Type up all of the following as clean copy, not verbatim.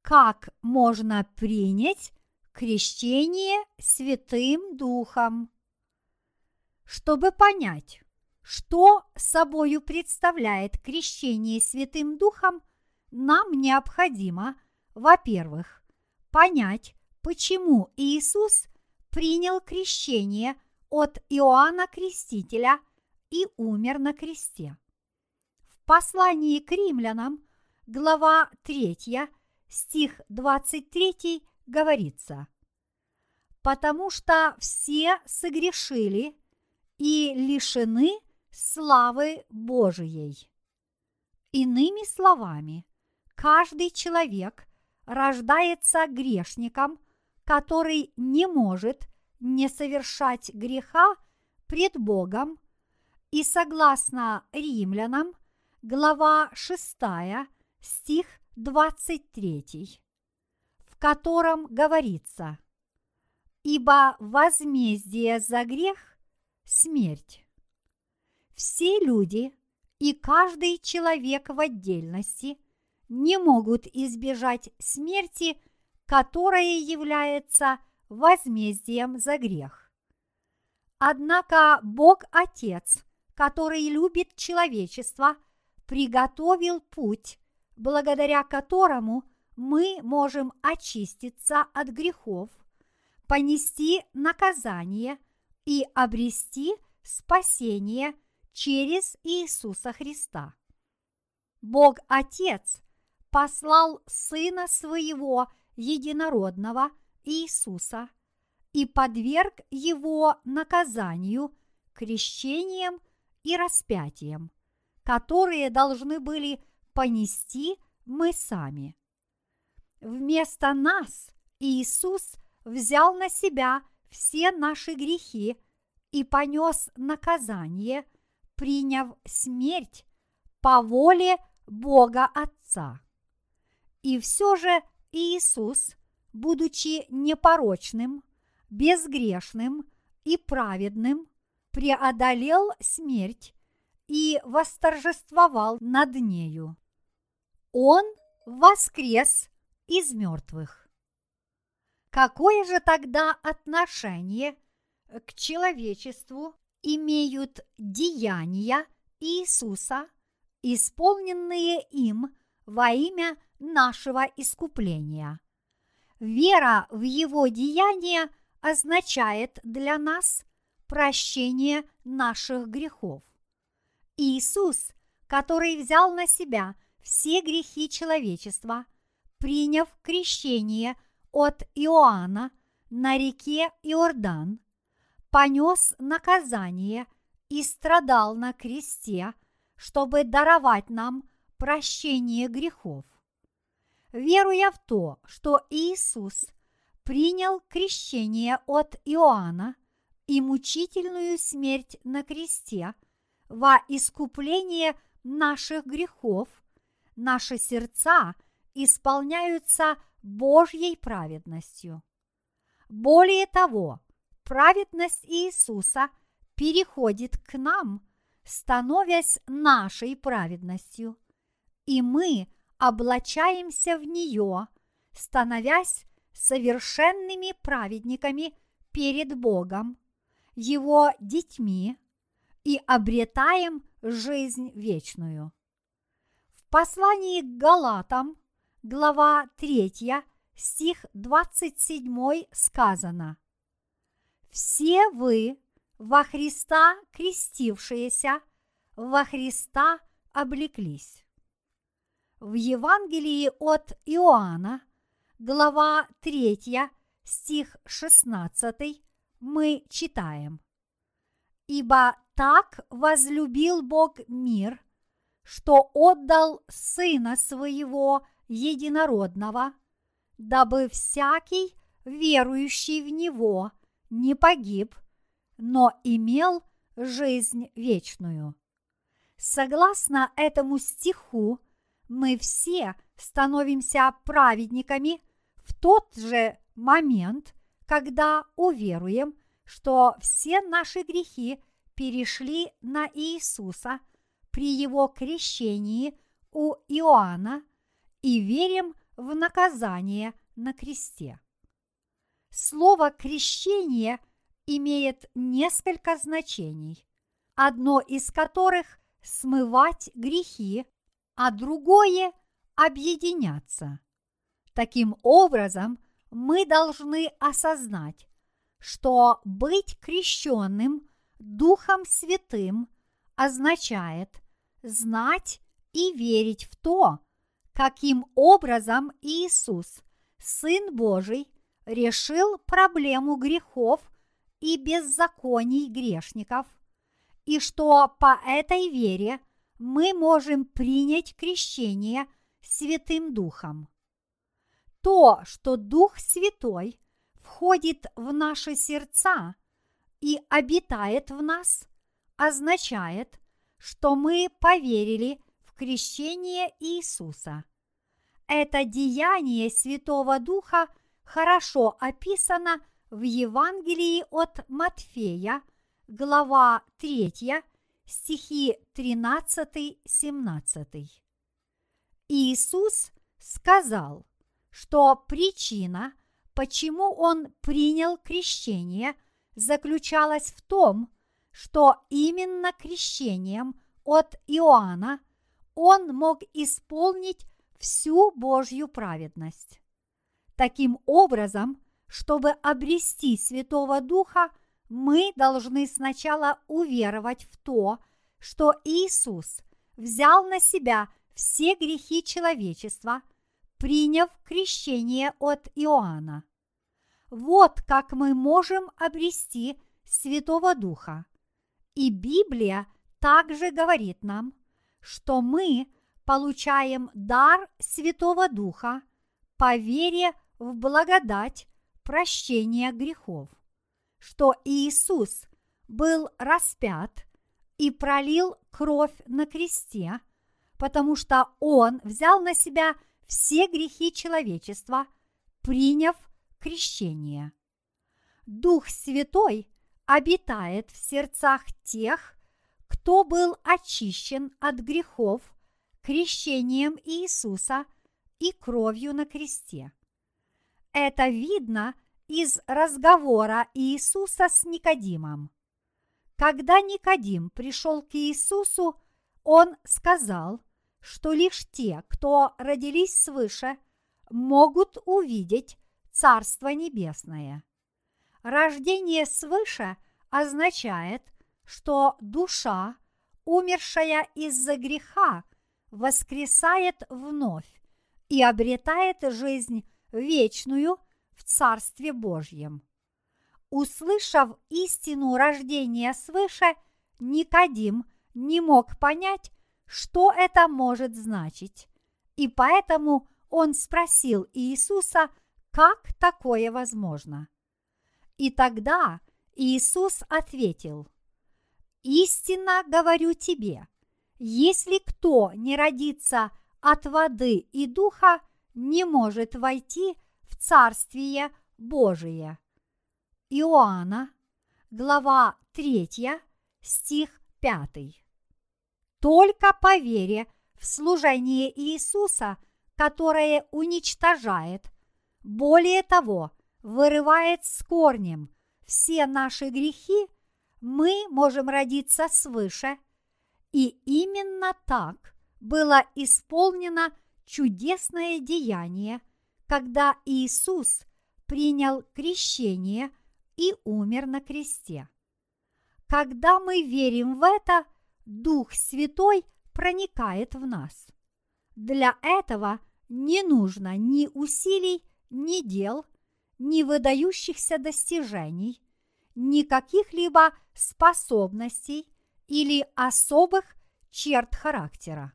как можно принять крещение Святым Духом. Чтобы понять, что собою представляет крещение Святым Духом, нам необходимо, во-первых, понять, почему Иисус принял крещение от Иоанна Крестителя и умер на кресте. В послании к римлянам, глава 3, стих 23 говорится: «Потому что все согрешили и лишены славы Божией». Иными словами, каждый человек рождается грешником, который не может не совершать греха пред Богом, и согласно Римлянам, глава 6, стих 23, в котором говорится: «Ибо возмездие за грех – смерть». Все люди и каждый человек в отдельности не могут избежать смерти, которая является возмездием за грех. Однако Бог Отец, который любит человечество, приготовил путь, благодаря которому мы можем очиститься от грехов, понести наказание и обрести спасение через Иисуса Христа. Бог Отец послал Сына Своего Единородного Иисуса и подверг Его наказанию крещением и распятием, которые должны были понести мы сами. Вместо нас Иисус взял на себя все наши грехи и понес наказание, приняв смерть по воле Бога Отца. И все же Иисус, будучи непорочным, безгрешным и праведным, преодолел смерть и восторжествовал над нею. Он воскрес из мертвых. Какое же тогда отношение к человечеству имеют деяния Иисуса, исполненные им во имя нашего искупления? Вера в Его деяния означает для нас прощение наших грехов. Иисус, который взял на себя все грехи человечества, приняв крещение от Иоанна на реке Иордан, понес наказание и страдал на кресте, чтобы даровать нам прощение грехов. Веруя в то, что Иисус принял крещение от Иоанна и мучительную смерть на кресте во искупление наших грехов, наши сердца исполняются Божьей праведностью. Более того, праведность Иисуса переходит к нам, становясь нашей праведностью, и мы облачаемся в нее, становясь совершенными праведниками перед Богом, Его детьми, и обретаем жизнь вечную. В послании к Галатам, глава 3, стих 27 сказано: «Все вы, во Христа крестившиеся, во Христа облеклись». В Евангелии от Иоанна, глава 3, стих 16, мы читаем: «Ибо так возлюбил Бог мир, что отдал Сына Своего Единородного, дабы всякий, верующий в Него, не погиб, но имел жизнь вечную». Согласно этому стиху, мы все становимся праведниками в тот же момент, когда уверуем, что все наши грехи перешли на Иисуса при Его крещении у Иоанна, и верим в наказание на кресте. Слово «крещение» имеет несколько значений, одно из которых – смывать грехи, а другое – объединяться. Таким образом, мы должны осознать, что быть крещенным Духом Святым означает знать и верить в то, каким образом Иисус, Сын Божий, решил проблему грехов и беззаконий грешников, и что по этой вере мы можем принять крещение Святым Духом. То, что Дух Святой входит в наши сердца и обитает в нас, означает, что мы поверили в крещение Иисуса. Это деяние Святого Духа хорошо описано в Евангелии от Матфея, глава 3, стихи 13-17. Иисус сказал, что причина, почему Он принял крещение, заключалась в том, что именно крещением от Иоанна Он мог исполнить всю Божью праведность. Таким образом, чтобы обрести Святого Духа, мы должны сначала уверовать в то, что Иисус взял на себя все грехи человечества, приняв крещение от Иоанна. Вот как мы можем обрести Святого Духа. И Библия также говорит нам, что мы получаем дар Святого Духа по вере в благодать прощения грехов, что Иисус был распят и пролил кровь на кресте, потому что Он взял на себя все грехи человечества, приняв крещение. Дух Святой обитает в сердцах тех, кто был очищен от грехов крещением Иисуса и кровью на кресте. Это видно из разговора Иисуса с Никодимом. Когда Никодим пришел к Иисусу, он сказал, что лишь те, кто родились свыше, могут увидеть Царство Небесное. Рождение свыше означает, что душа, умершая из-за греха, воскресает вновь и обретает жизнь вечную в Царстве Божьем. Услышав истину рождения свыше, Никодим не мог понять, что это может значить, и поэтому он спросил Иисуса, как такое возможно. И тогда Иисус ответил: «Истинно говорю тебе, если кто не родится от воды и духа, не может войти в Царствие Божие». Иоанна, глава 3, стих 5. Только по вере в служение Иисуса, которое уничтожает, более того, вырывает с корнем все наши грехи, мы можем родиться свыше, и именно так было исполнено чудесное деяние, когда Иисус принял крещение и умер на кресте. Когда мы верим в это, Дух Святой проникает в нас. Для этого не нужно ни усилий, ни дел, ни выдающихся достижений, ни каких-либо способностей или особых черт характера.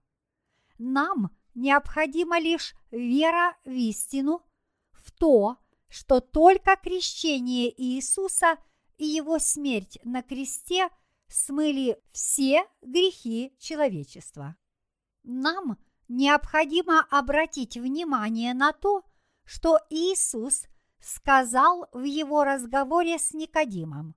Нам необходима лишь вера в истину, в то, что только крещение Иисуса и Его смерть на кресте смыли все грехи человечества. Нам необходимо обратить внимание на то, что Иисус сказал в Его разговоре с Никодимом.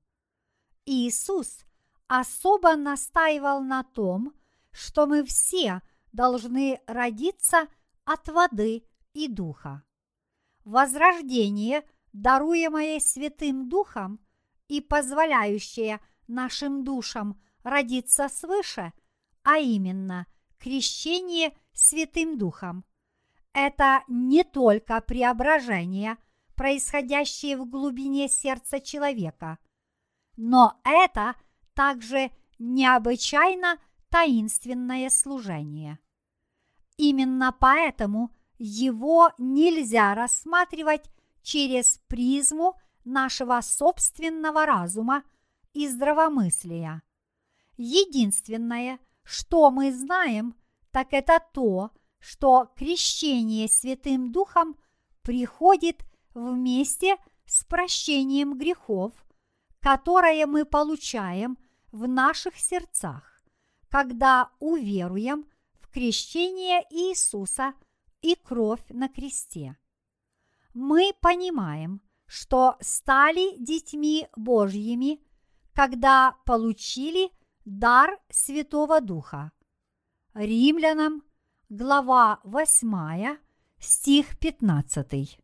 Иисус особо настаивал на том, что мы все должны родиться от воды и Духа. Возрождение, даруемое Святым Духом и позволяющее нашим душам родиться свыше, а именно крещение Святым Духом, это не только преображение, происходящее в глубине сердца человека, но это также необычайно таинственное служение. Именно поэтому его нельзя рассматривать через призму нашего собственного разума и здравомыслия. Единственное, что мы знаем, так это то, что крещение Святым Духом приходит вместе с прощением грехов, которое мы получаем в наших сердцах, когда уверуем в крещение Иисуса и кровь на кресте. Мы понимаем, что стали детьми Божьими, когда получили дар Святого Духа. Римлянам, глава 8, стих 15.